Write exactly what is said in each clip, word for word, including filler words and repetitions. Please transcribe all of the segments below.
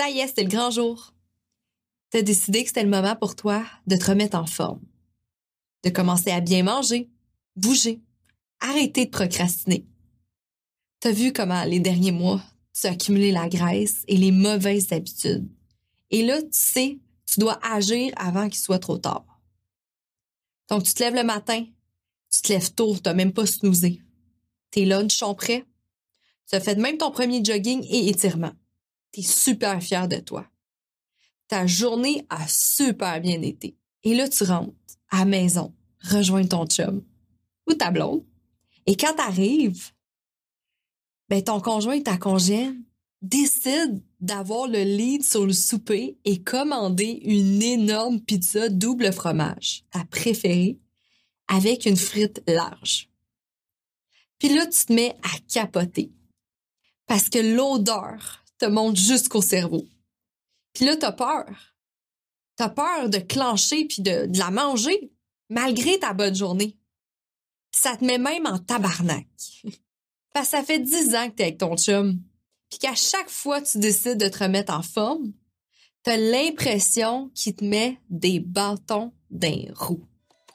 Ça y est, c'était le grand jour. Tu as décidé que c'était le moment pour toi de te remettre en forme, de commencer à bien manger, bouger, arrêter de procrastiner. Tu as vu comment les derniers mois, tu as accumulé la graisse et les mauvaises habitudes. Et là, tu sais, tu dois agir avant qu'il soit trop tard. Donc, tu te lèves le matin, tu te lèves tôt, tu n'as même pas snoozé. Tes lunchs sont prêts. Tu as fait même ton premier jogging et étirement. Tu es super fier de toi. Ta journée a super bien été. Et là, tu rentres à la maison, rejoindre ton chum ou ta blonde. Et quand t'arrives, ben ton conjoint et ta congène décident d'avoir le lead sur le souper et commander une énorme pizza double fromage, ta préférée, avec une frite large. Puis là, tu te mets à capoter parce que l'odeur te monte jusqu'au cerveau. Puis là, t'as peur. T'as peur de clencher puis de, de la manger malgré ta bonne journée. Ça te met même en tabarnak. Parce que ça fait dix ans que t'es avec ton chum. Puis qu'à chaque fois que tu décides de te remettre en forme, t'as l'impression qu'il te met des bâtons dans les roues.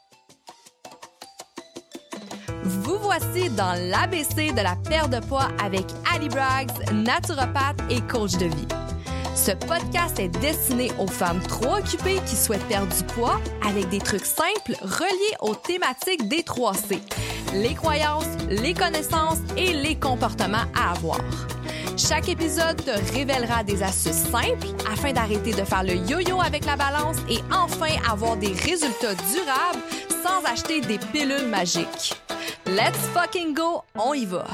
Vous voici dans l'A B C de la perte de poids avec Ali Braggs, naturopathe et coach de vie. Ce podcast est destiné aux femmes trop occupées qui souhaitent perdre du poids avec des trucs simples reliés aux thématiques des trois C, les croyances, les connaissances et les comportements à avoir. Chaque épisode te révélera des astuces simples afin d'arrêter de faire le yo-yo avec la balance et enfin avoir des résultats durables sans acheter des pilules magiques. Let's fucking go, on y va!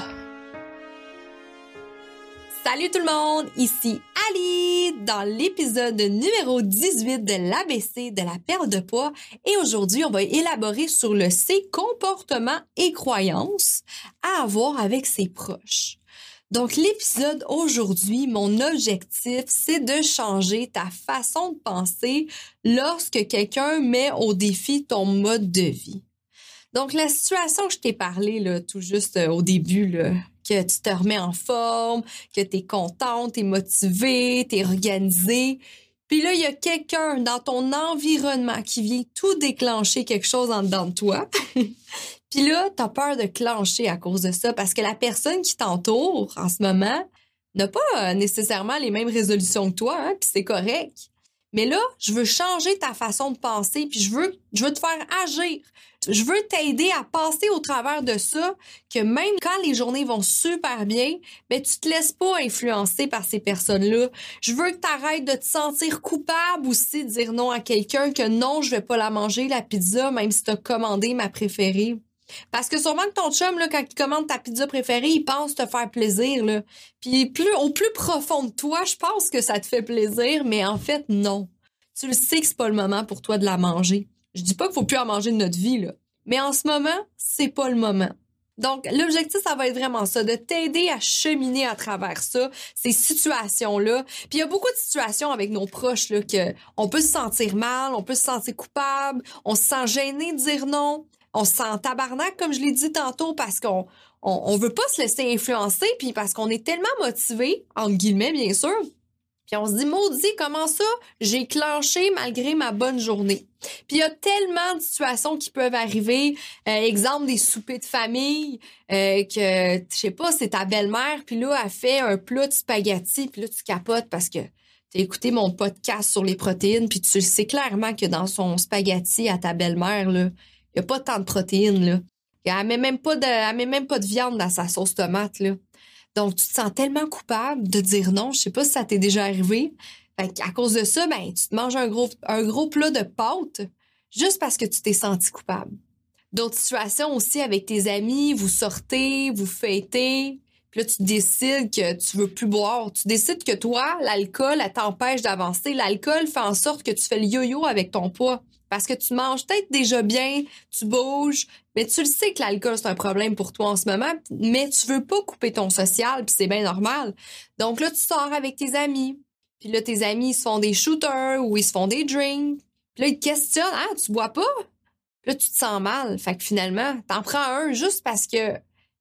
Salut tout le monde, ici Ali dans l'épisode numéro dix-huit de l'A B C de la perte de poids et aujourd'hui on va élaborer sur le C, comportement et croyances à avoir avec ses proches. Donc l'épisode aujourd'hui, mon objectif c'est de changer ta façon de penser lorsque quelqu'un met au défi ton mode de vie. Donc la situation que je t'ai parlé là, tout juste euh, au début là, que tu te remets en forme, que tu es contente, tu es motivée, tu es organisée. Puis là, il y a quelqu'un dans ton environnement qui vient tout déclencher quelque chose en dedans de toi. Puis là, tu as peur de clencher à cause de ça parce que la personne qui t'entoure en ce moment n'a pas nécessairement les mêmes résolutions que toi, hein, puis c'est correct. Mais là, je veux changer ta façon de penser, puis je veux, je veux te faire agir. Je veux t'aider à passer au travers de ça, que même quand les journées vont super bien, ben tu te laisses pas influencer par ces personnes-là. Je veux que tu arrêtes de te sentir coupable aussi de dire non à quelqu'un, que non, je vais pas la manger, la pizza, même si tu as commandé ma préférée. Parce que sûrement que ton chum, là, quand il commande ta pizza préférée, il pense te faire plaisir, là. Puis plus, au plus profond de toi, je pense que ça te fait plaisir, mais en fait, non. Tu le sais que c'est pas le moment pour toi de la manger. Je dis pas qu'il faut plus en manger de notre vie, là. Mais en ce moment, c'est pas le moment. Donc, l'objectif, ça va être vraiment ça, de t'aider à cheminer à travers ça, ces situations-là. Puis il y a beaucoup de situations avec nos proches, là, que on peut se sentir mal, on peut se sentir coupable, on se sent gêné de dire non. On se sent en tabarnak, comme je l'ai dit tantôt, parce qu'on on, on veut pas se laisser influencer, puis parce qu'on est tellement motivé, entre guillemets, bien sûr. Puis on se dit, maudit, comment ça? J'ai clenché malgré ma bonne journée. Puis il y a tellement de situations qui peuvent arriver. Euh, exemple, des soupers de famille, euh, que, je sais pas, c'est ta belle-mère, puis là, elle fait un plat de spaghettis, puis là, tu capotes parce que t'as écouté mon podcast sur les protéines, puis tu sais clairement que dans son spaghetti à ta belle-mère, là, il n'y a pas tant de protéines, là. Elle met même pas de, elle met même pas de viande dans sa sauce tomate, là. Donc, tu te sens tellement coupable de dire non. Je sais pas si ça t'est déjà arrivé. Fait qu'à cause de ça, ben, tu te manges un gros, un gros plat de pâtes juste parce que tu t'es senti coupable. D'autres situations aussi avec tes amis, vous sortez, vous fêtez. Puis là, tu décides que tu veux plus boire. Tu décides que toi, l'alcool, elle t'empêche d'avancer. L'alcool fait en sorte que tu fais le yo-yo avec ton poids. Parce que tu manges peut-être déjà bien, tu bouges, mais tu le sais que l'alcool, c'est un problème pour toi en ce moment, mais tu veux pas couper ton social, puis c'est bien normal. Donc là, tu sors avec tes amis. Puis là, tes amis, ils se font des shooters ou ils se font des drinks. Puis là, ils te questionnent. « Ah, tu bois pas? » Puis là, tu te sens mal. Fait que finalement, t'en prends un juste parce que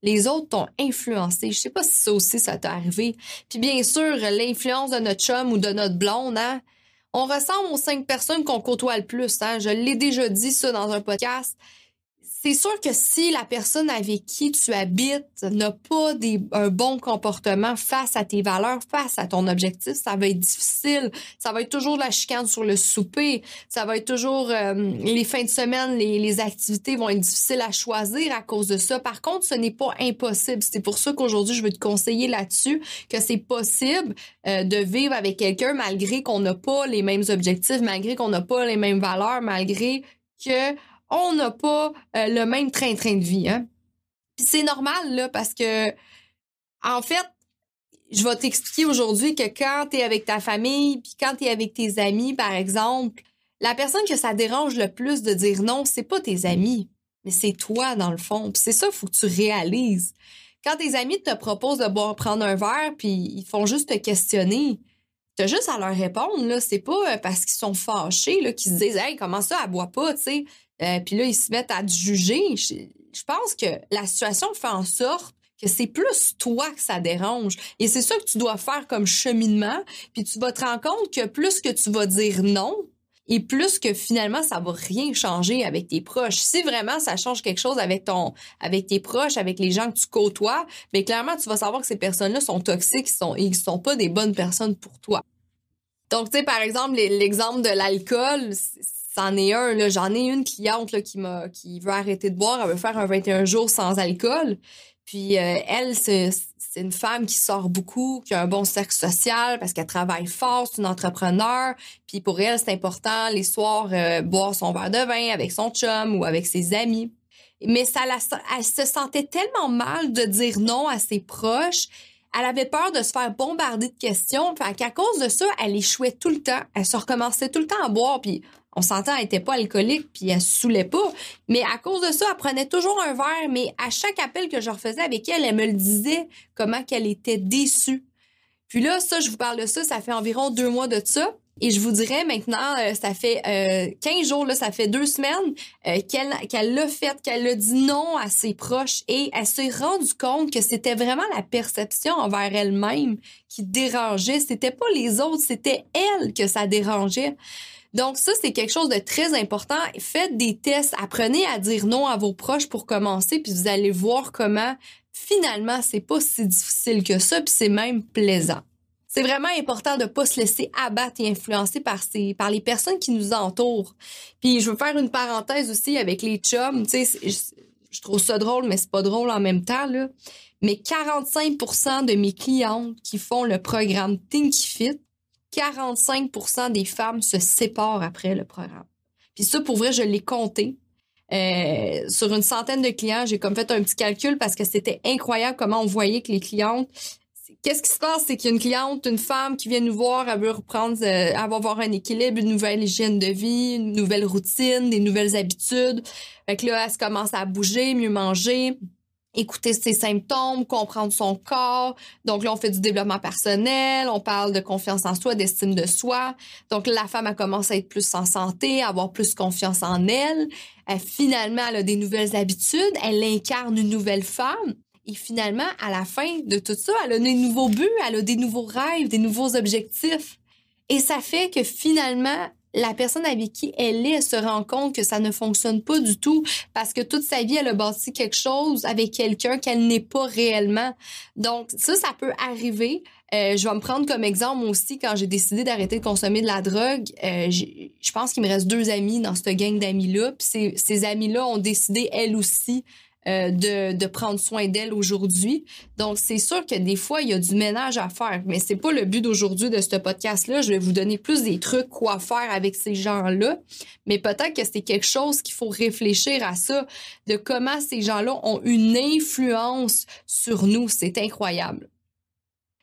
Les autres t'ont influencé. Je sais pas si ça aussi, ça t'est arrivé. Puis bien sûr, l'influence de notre chum ou de notre blonde, hein, on ressemble aux cinq personnes qu'on côtoie le plus. Hein. Je l'ai déjà dit ça dans un podcast. C'est sûr que si la personne avec qui tu habites n'a pas des, un bon comportement face à tes valeurs, face à ton objectif, ça va être difficile. Ça va être toujours de la chicane sur le souper. Ça va être toujours euh, les fins de semaine, les, les activités vont être difficiles à choisir à cause de ça. Par contre, ce n'est pas impossible. C'est pour ça qu'aujourd'hui, je veux te conseiller là-dessus que c'est possible euh, de vivre avec quelqu'un malgré qu'on n'a pas les mêmes objectifs, malgré qu'on n'a pas les mêmes valeurs, malgré que on n'a pas euh, le même train-train de vie. Hein? Puis c'est normal, là, parce que, en fait, je vais t'expliquer aujourd'hui que quand tu es avec ta famille, puis quand tu es avec tes amis, par exemple, la personne que ça dérange le plus de dire non, c'est pas tes amis, mais c'est toi, dans le fond. Puis c'est ça, il faut que tu réalises. Quand tes amis te proposent de boire, prendre un verre, puis ils font juste te questionner, t'as juste à leur répondre, là. C'est pas parce qu'ils sont fâchés, là, qu'ils se disent « Hey, comment ça, elle boit pas, tu sais? » Euh, puis là, ils se mettent à te juger. Je, je pense que la situation fait en sorte que c'est plus toi que ça dérange. Et c'est ça que tu dois faire comme cheminement. Puis tu vas te rendre compte que plus que tu vas dire non, et plus que finalement, ça va rien changer avec tes proches. Si vraiment ça change quelque chose avec ton, avec tes proches, avec les gens que tu côtoies, bien clairement, tu vas savoir que ces personnes-là sont toxiques, ils sont, ils sont pas des bonnes personnes pour toi. Donc, tu sais, par exemple, l'exemple de l'alcool, c'en est un, là. J'en ai une cliente là, qui m'a qui veut arrêter de boire, elle veut faire un vingt et un jours sans alcool. Puis euh, elle, c'est, c'est une femme qui sort beaucoup, qui a un bon cercle social parce qu'elle travaille fort, c'est une entrepreneur. Puis pour elle, c'est important les soirs euh, boire son verre de vin avec son chum ou avec ses amis. Mais ça la, elle se sentait tellement mal de dire non à ses proches. Elle avait peur de se faire bombarder de questions. Fait qu'à cause de ça, elle échouait tout le temps. Elle se recommençait tout le temps à boire. Puis on s'entend, elle était pas alcoolique, puis elle se saoulait pas. Mais à cause de ça, elle prenait toujours un verre. Mais à chaque appel que je refaisais avec elle, elle me le disait comment qu'elle était déçue. Puis là, ça, je vous parle de ça, ça fait environ deux mois de ça. Et je vous dirais maintenant, euh, ça fait euh, quinze jours, là, ça fait deux semaines euh, qu'elle qu'elle l'a fait, qu'elle a dit non à ses proches et elle s'est rendue compte que c'était vraiment la perception envers elle-même qui dérangeait. C'était pas les autres, c'était elle que ça dérangeait. Donc ça, c'est quelque chose de très important. Faites des tests, apprenez à dire non à vos proches pour commencer, puis vous allez voir comment finalement, c'est pas si difficile que ça, puis c'est même plaisant. C'est vraiment important de pas se laisser abattre et influencer par ces, par les personnes qui nous entourent. Puis je veux faire une parenthèse aussi avec les chums. Tu sais, je, je trouve ça drôle, mais c'est pas drôle en même temps, là. Mais quarante-cinq pour cent de mes clientes qui font le programme Tinky Fit, quarante-cinq pour cent des femmes se séparent après le programme. Puis ça, pour vrai, je l'ai compté. Euh, sur une centaine de clients, j'ai comme fait un petit calcul parce que c'était incroyable comment on voyait que les clientes... Qu'est-ce qui se passe? C'est qu'il y a une cliente, une femme qui vient nous voir, elle veut reprendre, euh, elle va avoir un équilibre, une nouvelle hygiène de vie, une nouvelle routine, des nouvelles habitudes. Fait que là, elle se commence à bouger, mieux manger, écouter ses symptômes, comprendre son corps. Donc là, on fait du développement personnel, on parle de confiance en soi, d'estime de soi. Donc là, la femme, elle commence à être plus en santé, à avoir plus confiance en elle. Elle, finalement, elle a des nouvelles habitudes, elle incarne une nouvelle femme. Et finalement, à la fin de tout ça, elle a des nouveaux buts, elle a des nouveaux rêves, des nouveaux objectifs. Et ça fait que finalement, la personne avec qui elle est, elle se rend compte que ça ne fonctionne pas du tout parce que toute sa vie, elle a bâti quelque chose avec quelqu'un qu'elle n'est pas réellement. Donc, ça, ça peut arriver. Euh, je vais me prendre comme exemple aussi quand j'ai décidé d'arrêter de consommer de la drogue. Euh, je pense qu'il me reste deux amis dans cette gang d'amis-là. Puis ces, ces amis-là ont décidé, elles aussi, Euh, de, de prendre soin d'elle aujourd'hui. Donc, c'est sûr que des fois, il y a du ménage à faire, mais c'est pas le but d'aujourd'hui de ce podcast-là. Je vais vous donner plus des trucs quoi faire avec ces gens-là, mais peut-être que c'est quelque chose qu'il faut réfléchir à ça, de comment ces gens-là ont une influence sur nous. C'est incroyable.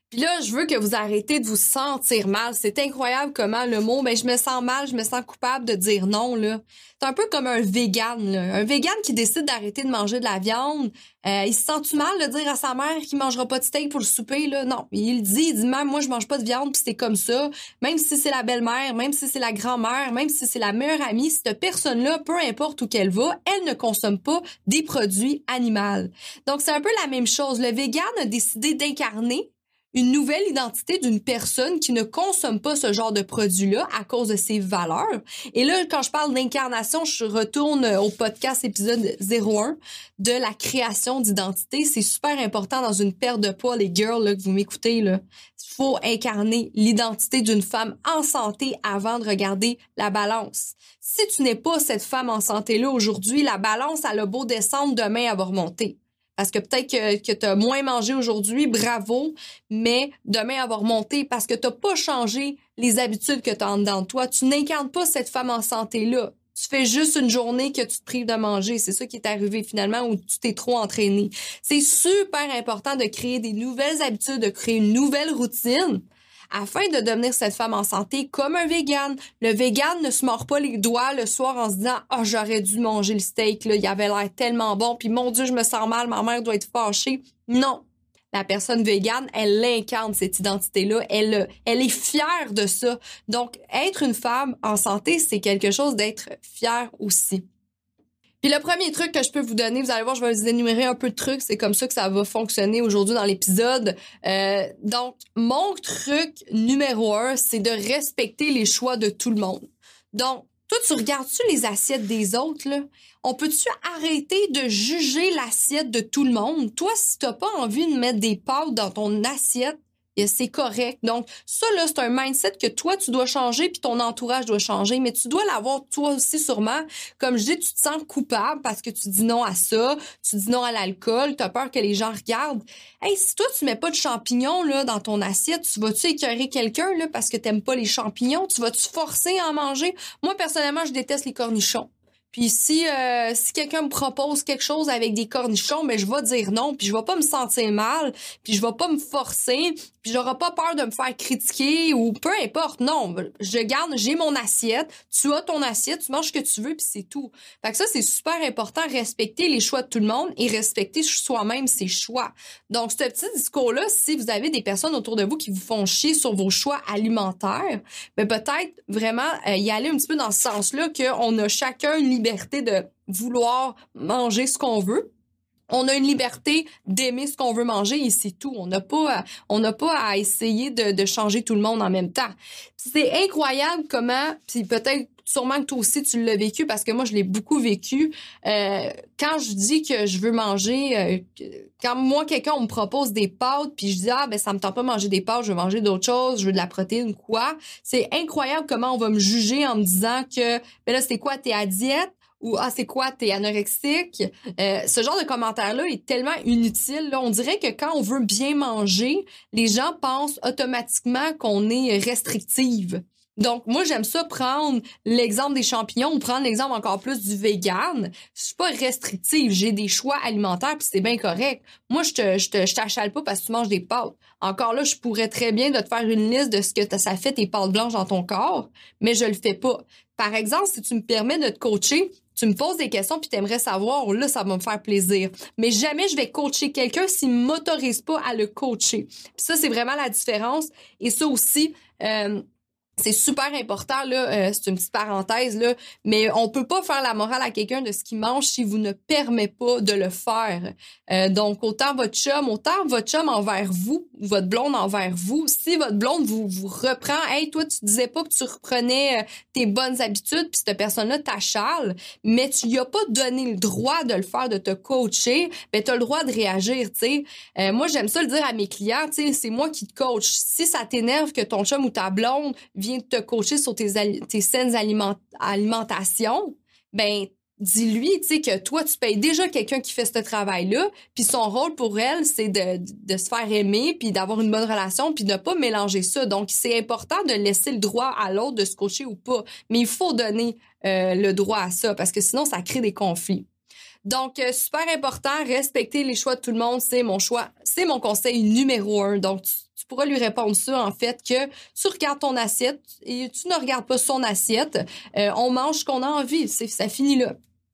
Puis là, je veux que vous arrêtez de vous sentir mal. C'est incroyable comment le mot, ben je me sens mal, je me sens coupable de dire non, là. C'est un peu comme un vegan, là. Un vegan qui décide d'arrêter de manger de la viande. Euh, il se sent-tu mal de dire à sa mère qu'il mangera pas de steak pour le souper, là? Non. Il le dit, il dit même, moi, je mange pas de viande, puis c'est comme ça. Même si c'est la belle-mère, même si c'est la grand-mère, même si c'est la meilleure amie, cette personne-là, peu importe où qu'elle va, elle ne consomme pas des produits animaux. Donc, c'est un peu la même chose. Le vegan a décidé d'incarner une nouvelle identité d'une personne qui ne consomme pas ce genre de produit-là à cause de ses valeurs. Et là, quand je parle d'incarnation, je retourne au podcast épisode zéro un de la création d'identité. C'est super important dans une perte de poids, les girls, là, que vous m'écoutez, là. Il faut incarner l'identité d'une femme en santé avant de regarder la balance. Si tu n'es pas cette femme en santé-là aujourd'hui, la balance, elle a beau descendre, demain, elle va remonter. Parce que peut-être que, que tu as moins mangé aujourd'hui, bravo, mais demain, elle va remonter parce que tu n'as pas changé les habitudes que tu as en dedans de toi. Tu n'incarnes pas cette femme en santé-là. Tu fais juste une journée que tu te prives de manger. C'est ça qui est arrivé finalement où tu t'es trop entraîné. C'est super important de créer des nouvelles habitudes, de créer une nouvelle routine afin de devenir cette femme en santé comme un vegan. Le vegan ne se mord pas les doigts le soir en se disant « Ah, oh, j'aurais dû manger le steak, là, il avait l'air tellement bon, puis mon Dieu, je me sens mal, ma mère doit être fâchée. » Non. La personne végane, elle incarne cette identité-là. Elle, elle est fière de ça. Donc, être une femme en santé, c'est quelque chose d'être fière aussi. Puis le premier truc que je peux vous donner, vous allez voir, je vais vous énumérer un peu de trucs. C'est comme ça que ça va fonctionner aujourd'hui dans l'épisode. Euh, donc, mon truc numéro un, c'est de respecter les choix de tout le monde. Donc, toi, tu regardes-tu les assiettes des autres, là? On peut-tu arrêter de juger l'assiette de tout le monde? Toi, si t'as pas envie de mettre des pâtes dans ton assiette, c'est correct. Donc, ça, là, c'est un mindset que toi, tu dois changer puis ton entourage doit changer. Mais tu dois l'avoir toi aussi sûrement. Comme je dis, tu te sens coupable parce que tu dis non à ça, tu dis non à l'alcool, tu as peur que les gens regardent. Hey, si toi, tu mets pas de champignons là dans ton assiette, tu vas-tu écœurer quelqu'un là parce que t'aimes pas les champignons? Tu vas-tu forcer à en manger? Moi, personnellement, je déteste les cornichons. Puis si euh, si quelqu'un me propose quelque chose avec des cornichons, ben je vais dire non, puis je vais pas me sentir mal, puis je vais pas me forcer, puis j'aurai pas peur de me faire critiquer ou peu importe. Non, je garde, j'ai mon assiette, tu as ton assiette, tu manges ce que tu veux, puis c'est tout. Fait que ça, c'est super important, respecter les choix de tout le monde et respecter soi-même ses choix. Donc, ce petit discours-là, si vous avez des personnes autour de vous qui vous font chier sur vos choix alimentaires, ben peut-être vraiment euh, y aller un petit peu dans ce sens-là qu'on a chacun une liberté de vouloir manger ce qu'on veut. On a une liberté d'aimer ce qu'on veut manger et c'est tout. On n'a pas, à, on n'a pas à essayer de, de changer tout le monde en même temps. C'est incroyable comment, puis peut-être sûrement que toi aussi tu l'as vécu parce que moi je l'ai beaucoup vécu. Euh, quand je dis que je veux manger, euh, quand moi quelqu'un on me propose des pâtes puis je dis ah ben ça me tente pas de manger des pâtes, je veux manger d'autres choses, je veux de la protéine quoi. C'est incroyable comment on va me juger en me disant que ben là c'est quoi t'es à diète? Ou « Ah, c'est quoi, t'es anorexique? Euh, » Ce genre de commentaire-là est tellement inutile. Là. On dirait que quand on veut bien manger, les gens pensent automatiquement qu'on est restrictive. Donc, moi, j'aime ça prendre l'exemple des champignons ou prendre l'exemple encore plus du vegan. Je suis pas restrictive, j'ai des choix alimentaires puis c'est bien correct. Moi, je te, je te, je t'achale pas parce que tu manges des pâtes. Encore là, je pourrais très bien de te faire une liste de ce que ça fait tes pâtes blanches dans ton corps, mais je le fais pas. Par exemple, si tu me permets de te coacher, tu me poses des questions puis t'aimerais savoir, là, ça va me faire plaisir. Mais jamais je vais coacher quelqu'un s'il ne m'autorise pas à le coacher. Puis ça, c'est vraiment la différence. Et ça aussi, euh, c'est super important, là, euh, c'est une petite parenthèse, là, mais on peut pas faire la morale à quelqu'un de ce qu'il mange si vous ne permet pas de le faire. Euh, donc, autant votre chum, autant votre chum envers vous, ou votre blonde envers vous, si votre blonde vous, vous reprend, « Hey, toi, tu disais pas que tu reprenais euh, tes bonnes habitudes, puis cette personne-là t'achale, mais tu lui as pas donné le droit de le faire, de te coacher, ben t'as le droit de réagir, tu sais. Euh, moi, j'aime ça le dire à mes clients, tu sais, c'est moi qui te coach. Si ça t'énerve que ton chum ou ta blonde vient de te coacher sur tes, tes saines aliment, alimentation, ben dis-lui, tu sais, que toi, tu payes déjà quelqu'un qui fait ce travail-là, puis son rôle pour elle, c'est de, de se faire aimer, puis d'avoir une bonne relation, puis de ne pas mélanger ça. Donc, c'est important de laisser le droit à l'autre de se coacher ou pas, mais il faut donner euh, le droit à ça, parce que sinon, ça crée des conflits. Donc, euh, super important, respecter les choix de tout le monde, c'est mon choix, c'est mon conseil numéro un. Donc, tu, tu pourras lui répondre ça, en fait, que tu regardes ton assiette et tu ne regardes pas son assiette. Euh, on mange ce qu'on a envie. C'est, ça finit là.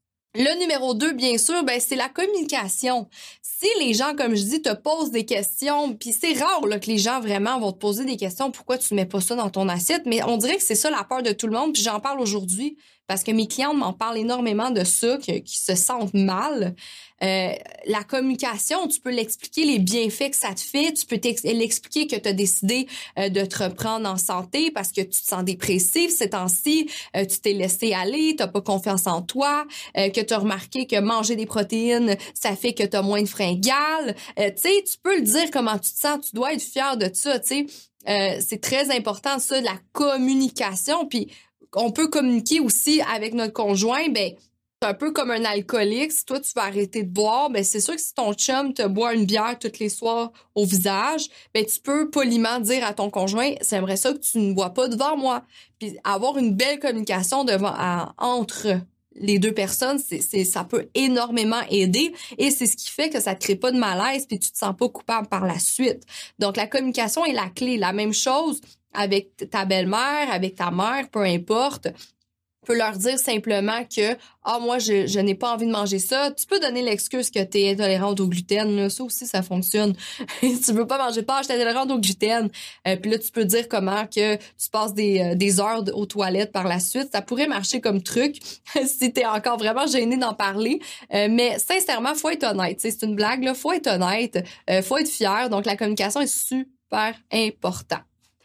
Le numéro deux, bien sûr, ben c'est la communication. Si les gens, comme je dis, te posent des questions, puis c'est rare là, que les gens vraiment vont te poser des questions, pourquoi tu mets pas ça dans ton assiette, mais on dirait que c'est ça la peur de tout le monde, puis j'en parle aujourd'hui parce que mes clientes m'en parlent énormément de ça, que, qu'ils se sentent mal. Euh, la communication, tu peux l'expliquer, les bienfaits que ça te fait, tu peux l'expliquer que tu as décidé euh, de te reprendre en santé parce que tu te sens dépressif ces temps-ci, euh, tu t'es laissé aller, tu n'as pas confiance en toi, euh, que tu as remarqué que manger des protéines, ça fait que tu as moins de fringales. Euh, tu sais, tu peux le dire comment tu te sens, tu dois être fier de ça, tu sais. Euh, c'est très important, ça, la communication, puis on peut communiquer aussi avec notre conjoint, ben c'est un peu comme un alcoolique. Si toi, tu vas arrêter de boire, ben c'est sûr que si ton chum te boit une bière tous les soirs au visage, ben tu peux poliment dire à ton conjoint, j'aimerais ça que tu ne bois pas devant moi. Puis avoir une belle communication devant à, entre les deux personnes, c'est, c'est ça peut énormément aider et c'est ce qui fait que ça te crée pas de malaise puis tu te sens pas coupable par la suite. Donc la communication est la clé. La même chose avec ta belle-mère, avec ta mère, peu importe. Tu peux leur dire simplement que ah moi je, je n'ai pas envie de manger ça. Tu peux donner l'excuse que tu es intolérante au gluten, là. Ça aussi ça fonctionne. Tu veux pas manger de pâtes, je suis intolérante au gluten. Euh, puis là tu peux dire comment que tu passes des euh, des heures aux toilettes par la suite. Ça pourrait marcher comme truc si tu es encore vraiment gêné d'en parler. Euh, mais sincèrement, faut être honnête. T'sais, c'est une blague là, faut être honnête, euh, faut être fier. Donc la communication est super important.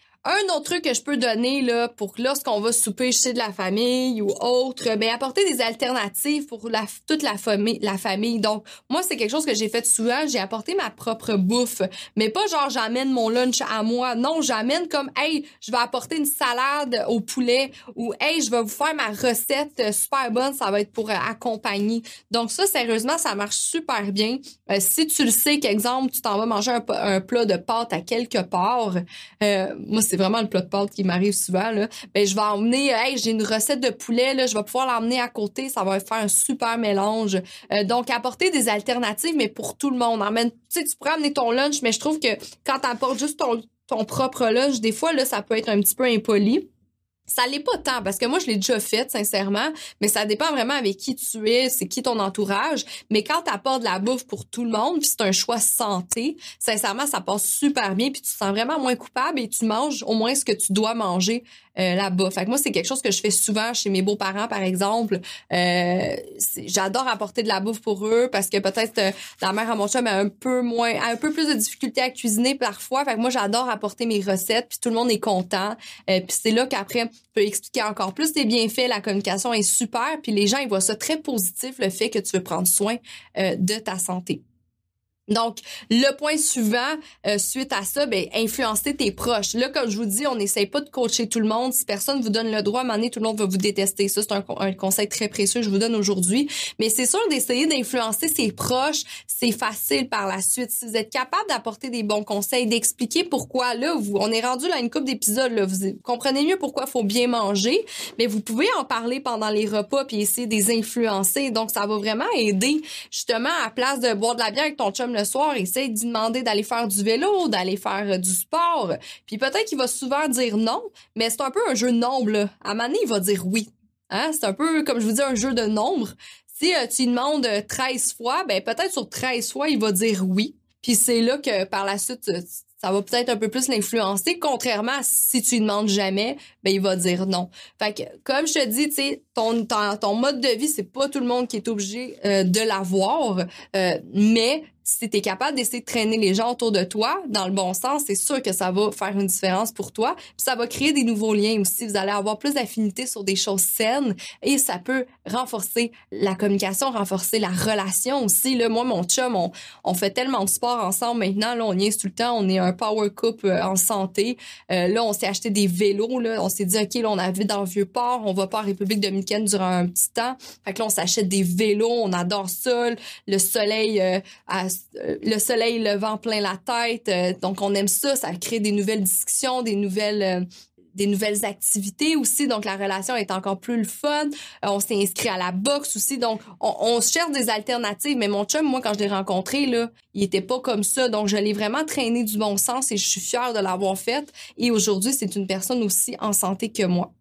Un autre truc que je peux donner là pour lorsqu'on va souper chez de la famille ou autre, ben apporter des alternatives pour la, toute la famille, la famille. Donc moi c'est quelque chose que j'ai fait souvent, j'ai apporté ma propre bouffe, mais pas genre j'amène mon lunch à moi. Non, j'amène comme hey, je vais apporter une salade au poulet ou hey, je vais vous faire ma recette super bonne, ça va être pour euh, accompagner. Donc ça sérieusement, ça marche super bien. Euh, si tu le sais qu'exemple, tu t'en vas manger un, un plat de pâtes à quelque part, euh, moi c'est vraiment le plat de pâtes qui m'arrive souvent là. Ben je vais emmener hey, j'ai une recette de poulet là, je vais pouvoir l'emmener à côté, ça va faire un super mélange. Euh, donc apporter des alternatives mais pour tout le monde. Emmène, tu sais tu pourrais amener ton lunch mais je trouve que quand tu apportes juste ton ton propre lunch, des fois là ça peut être un petit peu impoli. Ça l'est pas tant, parce que moi, je l'ai déjà fait, sincèrement, mais ça dépend vraiment avec qui tu es, c'est qui ton entourage. Mais quand tu apportes de la bouffe pour tout le monde, puis c'est un choix santé, sincèrement, ça passe super bien, puis tu te sens vraiment moins coupable et tu manges au moins ce que tu dois manger euh, là-bas. Fait que moi, c'est quelque chose que je fais souvent chez mes beaux-parents, par exemple. Euh, j'adore apporter de la bouffe pour eux, parce que peut-être euh, la mère à mon chum a un peu moins, a un peu plus de difficultés à cuisiner parfois. Fait que moi, j'adore apporter mes recettes, puis tout le monde est content. Euh, puis c'est là qu'après, peut expliquer encore plus tes bienfaits, la communication est super, puis les gens ils voient ça très positif, le fait que tu veux prendre soin euh, de ta santé. Donc, le point suivant, euh, suite à ça, ben influencer tes proches. Là, comme je vous dis, on n'essaye pas de coacher tout le monde. Si personne vous donne le droit, à un moment donné, tout le monde va vous détester. Ça, c'est un, un conseil très précieux que je vous donne aujourd'hui. Mais c'est sûr d'essayer d'influencer ses proches, c'est facile par la suite. Si vous êtes capable d'apporter des bons conseils, d'expliquer pourquoi, là, vous, on est rendu là à une couple d'épisodes, là, vous comprenez mieux pourquoi il faut bien manger, mais vous pouvez en parler pendant les repas puis essayer de les influencer. Donc, ça va vraiment aider, justement, à place de boire de la bière avec ton chum le soir, essaye d'y demander d'aller faire du vélo, d'aller faire euh, du sport. Puis peut-être qu'il va souvent dire non, mais c'est un peu un jeu de nombre, là. À un moment donné, il va dire oui. Hein? C'est un peu, comme je vous dis, un jeu de nombre. Si euh, tu lui demandes treize fois, ben peut-être sur treize fois, il va dire oui. Puis c'est là que par la suite, ça va peut-être un peu plus l'influencer, contrairement à si tu lui demandes jamais, ben il va dire non. Fait que, comme je te dis, tu sais, ton, ton, ton mode de vie, c'est pas tout le monde qui est obligé euh, de l'avoir, euh, mais si tu es capable d'essayer de traîner les gens autour de toi dans le bon sens, c'est sûr que ça va faire une différence pour toi. Puis ça va créer des nouveaux liens aussi. Vous allez avoir plus d'affinité sur des choses saines et ça peut renforcer la communication, renforcer la relation aussi. Là, moi, mon chum, on, on fait tellement de sport ensemble maintenant. Là, on niaise tout le temps. On est un power couple en santé. Euh, là, on s'est acheté des vélos. Là. On s'est dit, OK, là, on a vu dans le Vieux-Port. On va pas en République dominicaine durant un petit temps. Fait que là, on s'achète des vélos. On adore ça. Le soleil... Euh, à, le soleil levant plein la tête, euh, donc on aime ça, ça crée des nouvelles discussions, des nouvelles euh, des nouvelles activités aussi, donc la relation est encore plus le fun. Euh, on s'est inscrit à la boxe aussi, donc on, on cherche des alternatives. Mais mon chum, moi, quand je l'ai rencontré, là, il était pas comme ça, donc je l'ai vraiment traîné du bon sens et je suis fière de l'avoir fait. Et aujourd'hui, c'est une personne aussi en santé que moi.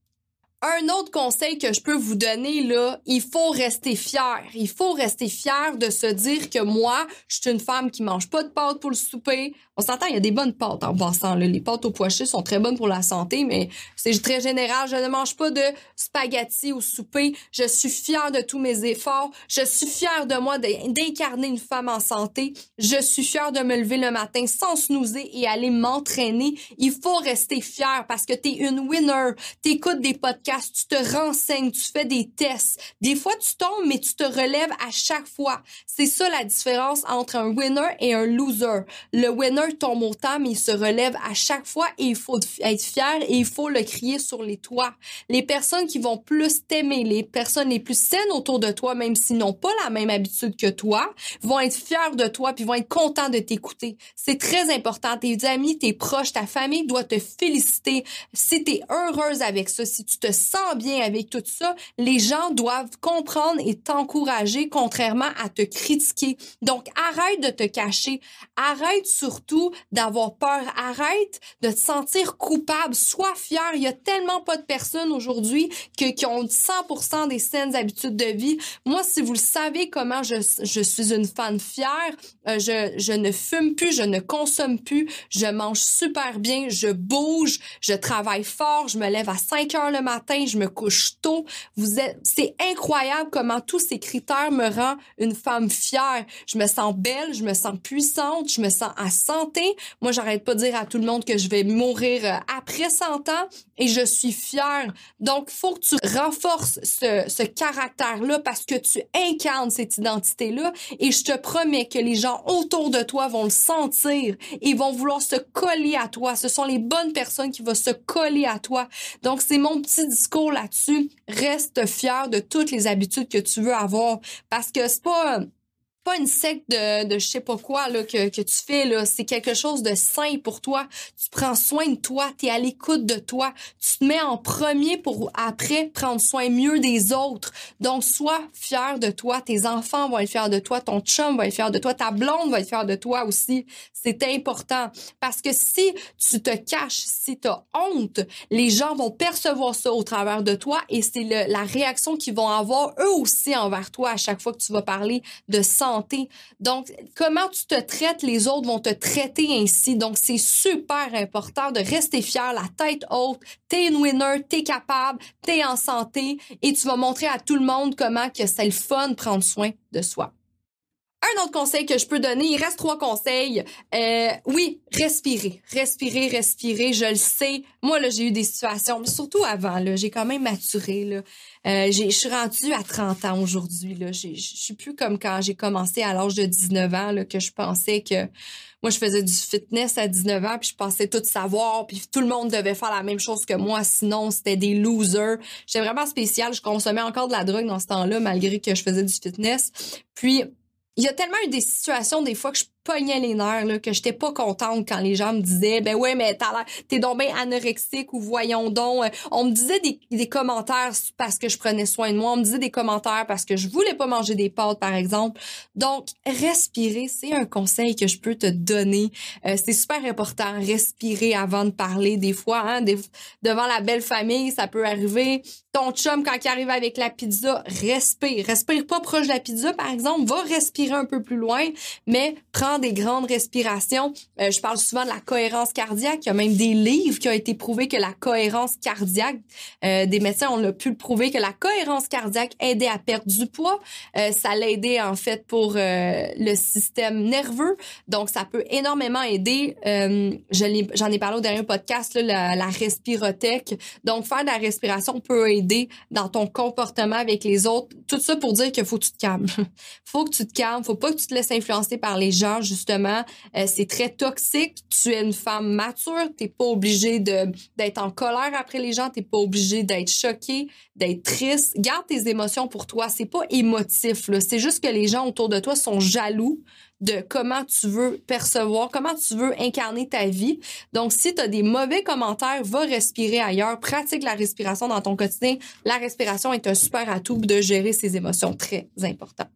Un autre conseil que je peux vous donner, là, il faut rester fier. Il faut rester fier de se dire que moi, je suis une femme qui mange pas de pâtes pour le souper. On s'entend, il y a des bonnes pâtes en passant, là. Les pâtes au pois chiches sont très bonnes pour la santé, mais c'est très général. Je ne mange pas de spaghettis au souper. Je suis fière de tous mes efforts. Je suis fière de moi d'incarner une femme en santé. Je suis fière de me lever le matin sans snoozer et aller m'entraîner. Il faut rester fier parce que t'es une winner. T'écoutes des podcasts, tu te renseignes, tu fais des tests. Des fois, tu tombes, mais tu te relèves à chaque fois. C'est ça la différence entre un winner et un loser. Le winner tombe autant, mais il se relève à chaque fois et il faut être fier et il faut le crier sur les toits. Les personnes qui vont plus t'aimer, les personnes les plus saines autour de toi, même s'ils n'ont pas la même habitude que toi, vont être fiers de toi puis vont être contents de t'écouter. C'est très important. Tes amis, tes proches, ta famille doit te féliciter. Si tu es heureuse avec ça, si tu te sens bien avec tout ça, les gens doivent comprendre et t'encourager contrairement à te critiquer. Donc, arrête de te cacher. Arrête surtout d'avoir peur. Arrête de te sentir coupable. Sois fier. Il y a tellement pas de personnes aujourd'hui que, qui ont cent pour cent des saines habitudes de vie. Moi, si vous le savez comment je, je suis une femme fière, euh, je, je ne fume plus, je ne consomme plus, je mange super bien, je bouge, je travaille fort, je me lève à cinq heures le matin, je me couche tôt. Vous êtes, c'est incroyable comment tous ces critères me rendent une femme fière. Je me sens belle, je me sens puissante, je me sens à santé. Moi, j'arrête pas de dire à tout le monde que je vais mourir après cent ans et je suis fière. Donc, faut que tu renforces ce, ce caractère-là parce que tu incarnes cette identité-là et je te promets que les gens autour de toi vont le sentir et vont vouloir se coller à toi. Ce sont les bonnes personnes qui vont se coller à toi. Donc, c'est mon petit discours là-dessus. Reste fier de toutes les habitudes que tu veux avoir parce que c'est pas... pas une secte de, de je sais pas quoi là, que, que tu fais, là. C'est quelque chose de sain pour toi. Tu prends soin de toi, tu es à l'écoute de toi. Tu te mets en premier pour après prendre soin mieux des autres. Donc, sois fier de toi. Tes enfants vont être fiers de toi. Ton chum va être fier de toi. Ta blonde va être fière de toi aussi. C'est important. Parce que si tu te caches, si tu as honte, les gens vont percevoir ça au travers de toi et c'est le, la réaction qu'ils vont avoir eux aussi envers toi à chaque fois que tu vas parler de santé. Donc, comment tu te traites, les autres vont te traiter ainsi. Donc, c'est super important de rester fier, la tête haute. T'es une winner, t'es capable, t'es en santé et tu vas montrer à tout le monde comment que c'est le fun de prendre soin de soi. Un autre conseil que je peux donner, il reste trois conseils. Euh, oui, respirer, respirer, respirer. Je le sais. Moi, là, j'ai eu des situations, mais surtout avant, là, j'ai quand même maturé, là. Euh, j'ai, je suis rendue à trente ans aujourd'hui, là. Je suis plus comme quand j'ai commencé à l'âge de dix-neuf ans, là, que je pensais que moi, je faisais du fitness à dix-neuf ans, puis je pensais tout savoir, puis tout le monde devait faire la même chose que moi, sinon, c'était des losers. J'étais vraiment spéciale. Je consommais encore de la drogue dans ce temps-là, malgré que je faisais du fitness. Puis, il y a tellement eu des situations, des fois, que je pognais les nerfs, là, que j'étais pas contente quand les gens me disaient, ben ouais, mais t'as l'air, t'es donc bien anorexique ou voyons donc. On me disait des, des commentaires parce que je prenais soin de moi. On me disait des commentaires parce que je voulais pas manger des pâtes, par exemple. Donc, respirer, c'est un conseil que je peux te donner. Euh, c'est super important, respirer avant de parler. Des fois, hein, des, devant la belle famille, ça peut arriver. Ton chum, quand il arrive avec la pizza, respire. Respire pas proche de la pizza, par exemple. Va respirer un peu plus loin, mais prends des grandes respirations. Euh, je parle souvent de la cohérence cardiaque. Il y a même des livres qui ont été prouvés que la cohérence cardiaque, euh, des médecins ont pu le prouver que la cohérence cardiaque aidait à perdre du poids. Euh, ça l'aidait en fait pour euh, le système nerveux. Donc, ça peut énormément aider. Euh, je l'ai, j'en ai parlé au dernier podcast, là, la, la respirothèque. Donc, faire de la respiration peut aider dans ton comportement avec les autres. Tout ça pour dire qu'il faut que tu te calmes. Faut que tu te calmes. Faut pas que tu te laisses influencer par les gens. justement, euh, c'est très toxique. Tu es une femme mature, t'es pas obligée de d'être en colère après les gens, t'es pas obligée d'être choquée, d'être triste. Garde tes émotions pour toi. C'est pas émotif, là. C'est juste que les gens autour de toi sont jaloux de comment tu veux percevoir, comment tu veux incarner ta vie. Donc, si tu as des mauvais commentaires, va respirer ailleurs. Pratique la respiration dans ton quotidien. La respiration est un super atout de gérer ses émotions, très important.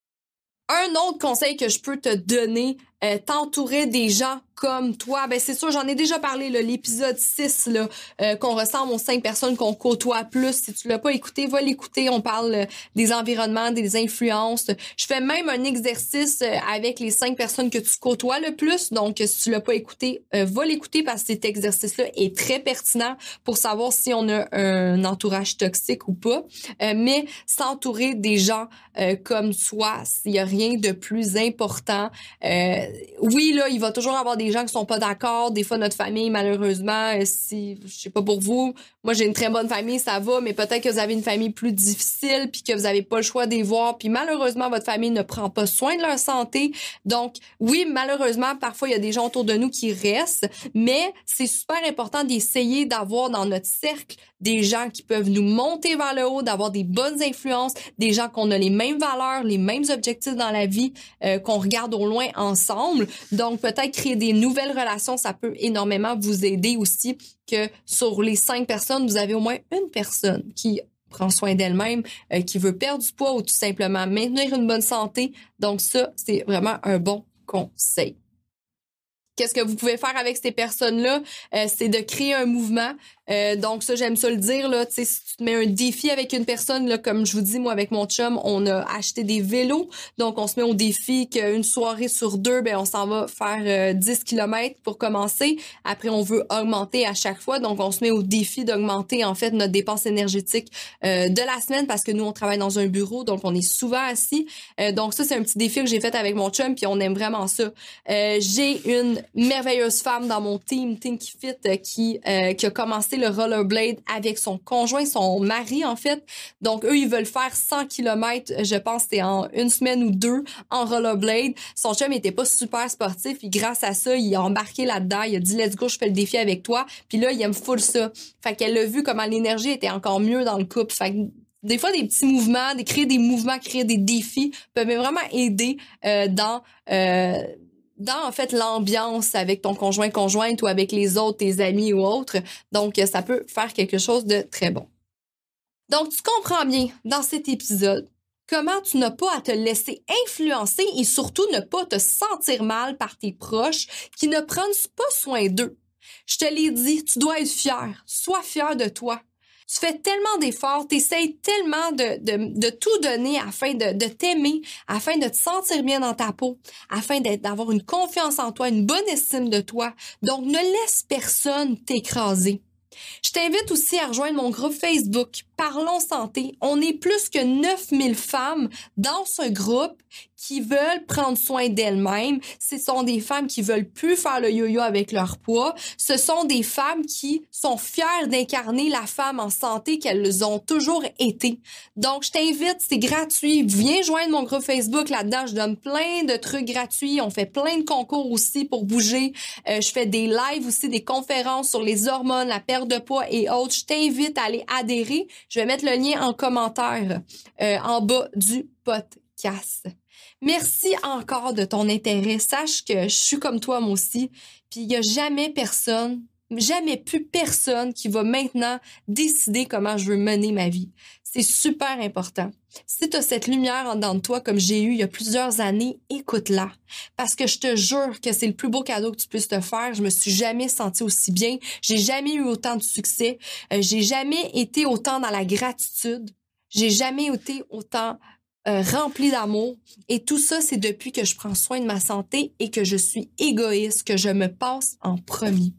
Un autre conseil que je peux te donner, euh, t'entourer des gens comme toi. Ben c'est sûr, j'en ai déjà parlé, là, l'épisode six, là, euh, qu'on ressemble aux cinq personnes qu'on côtoie plus. Si tu l'as pas écouté, va l'écouter. On parle euh, des environnements, des influences. Je fais même un exercice euh, avec les cinq personnes que tu côtoies le plus. Donc, si tu l'as pas écouté, euh, va l'écouter parce que cet exercice-là est très pertinent pour savoir si on a un entourage toxique ou pas. Euh, mais s'entourer des gens euh, comme toi, s'il y a rien de plus important. Euh, oui, là, il va toujours avoir des gens qui sont pas d'accord. Des fois, notre famille, malheureusement, euh, si, je sais pas pour vous, moi, j'ai une très bonne famille, ça va, mais peut-être que vous avez une famille plus difficile puis que vous avez pas le choix de les voir. Puis malheureusement, votre famille ne prend pas soin de leur santé. Donc, oui, malheureusement, parfois, il y a des gens autour de nous qui restent, mais c'est super important d'essayer d'avoir dans notre cercle des gens qui peuvent nous monter vers le haut, d'avoir des bonnes influences, des gens qu'on a les mêmes valeurs, les mêmes objectifs dans la vie, euh, qu'on regarde au loin ensemble. Donc, peut-être créer des nouvelles relations, ça peut énormément vous aider aussi que sur les cinq personnes, vous avez au moins une personne qui prend soin d'elle-même, euh, qui veut perdre du poids ou tout simplement maintenir une bonne santé. Donc, ça, c'est vraiment un bon conseil. Qu'est-ce que vous pouvez faire avec ces personnes-là? Euh, c'est de créer un mouvement. Euh, donc ça, j'aime ça le dire, là, tu sais, si tu te mets un défi avec une personne, là, comme je vous dis, moi, avec mon chum, on a acheté des vélos. Donc, on se met au défi qu'une soirée sur deux, ben on s'en va faire euh, dix kilomètres pour commencer. Après, on veut augmenter à chaque fois. Donc, on se met au défi d'augmenter, en fait, notre dépense énergétique euh, de la semaine parce que nous, on travaille dans un bureau, donc on est souvent assis. Euh, donc, ça, c'est un petit défi que j'ai fait avec mon chum, puis on aime vraiment ça. Euh, j'ai une merveilleuse femme dans mon team, Tinky Fit, euh, qui, euh, qui a commencé le rollerblade avec son conjoint, son mari, en fait. Donc, eux, ils veulent faire cent kilomètres, je pense, c'était en une semaine ou deux, en rollerblade. Son chum était pas super sportif, puis grâce à ça, il a embarqué là-dedans. Il a dit, let's go, je fais le défi avec toi. Puis là, il aime full ça. Fait qu'elle a vu comment l'énergie était encore mieux dans le couple. Fait que des fois, des petits mouvements, des créer des mouvements, créer des défis peuvent vraiment aider euh, dans... Euh, dans, en fait, l'ambiance avec ton conjoint, conjointe ou avec les autres, tes amis ou autres. Donc, ça peut faire quelque chose de très bon. Donc, tu comprends bien dans cet épisode comment tu n'as pas à te laisser influencer et surtout ne pas te sentir mal par tes proches qui ne prennent pas soin d'eux. Je te l'ai dit, tu dois être fier. Sois fier de toi. Tu fais tellement d'efforts, tu essaies tellement de, de, de tout donner afin de, de t'aimer, afin de te sentir bien dans ta peau, afin d'être, d'avoir une confiance en toi, une bonne estime de toi. Donc, ne laisse personne t'écraser. Je t'invite aussi à rejoindre mon groupe Facebook Parlons Santé. On est plus que neuf mille femmes dans ce groupe qui veulent prendre soin d'elles-mêmes. Ce sont des femmes qui veulent plus faire le yo-yo avec leur poids. Ce sont des femmes qui sont fières d'incarner la femme en santé qu'elles ont toujours été. Donc, je t'invite, c'est gratuit. Viens joindre mon groupe Facebook. Là-dedans, je donne plein de trucs gratuits. On fait plein de concours aussi pour bouger. Euh, je fais des lives aussi, des conférences sur les hormones, la perte de poids et autres. Je t'invite à aller adhérer. Je vais mettre le lien en commentaire euh, en bas du podcast. Merci encore de ton intérêt. Sache que je suis comme toi, moi aussi. Puis il n'y a jamais personne, jamais plus personne qui va maintenant décider comment je veux mener ma vie. C'est super important. Si tu as cette lumière en dedans de toi comme j'ai eu il y a plusieurs années, écoute-la. Parce que je te jure que c'est le plus beau cadeau que tu puisses te faire. Je me suis jamais sentie aussi bien. J'ai jamais eu autant de succès. Euh, j'ai jamais été autant dans la gratitude. J'ai jamais été autant euh, remplie d'amour. Et tout ça, c'est depuis que je prends soin de ma santé et que je suis égoïste, que je me passe en premier.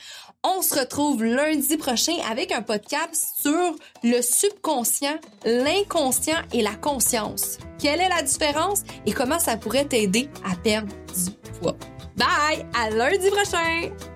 On se retrouve lundi prochain avec un podcast sur le subconscient, l'inconscient et la conscience. Quelle est la différence et comment ça pourrait t'aider à perdre du poids? Bye! À lundi prochain!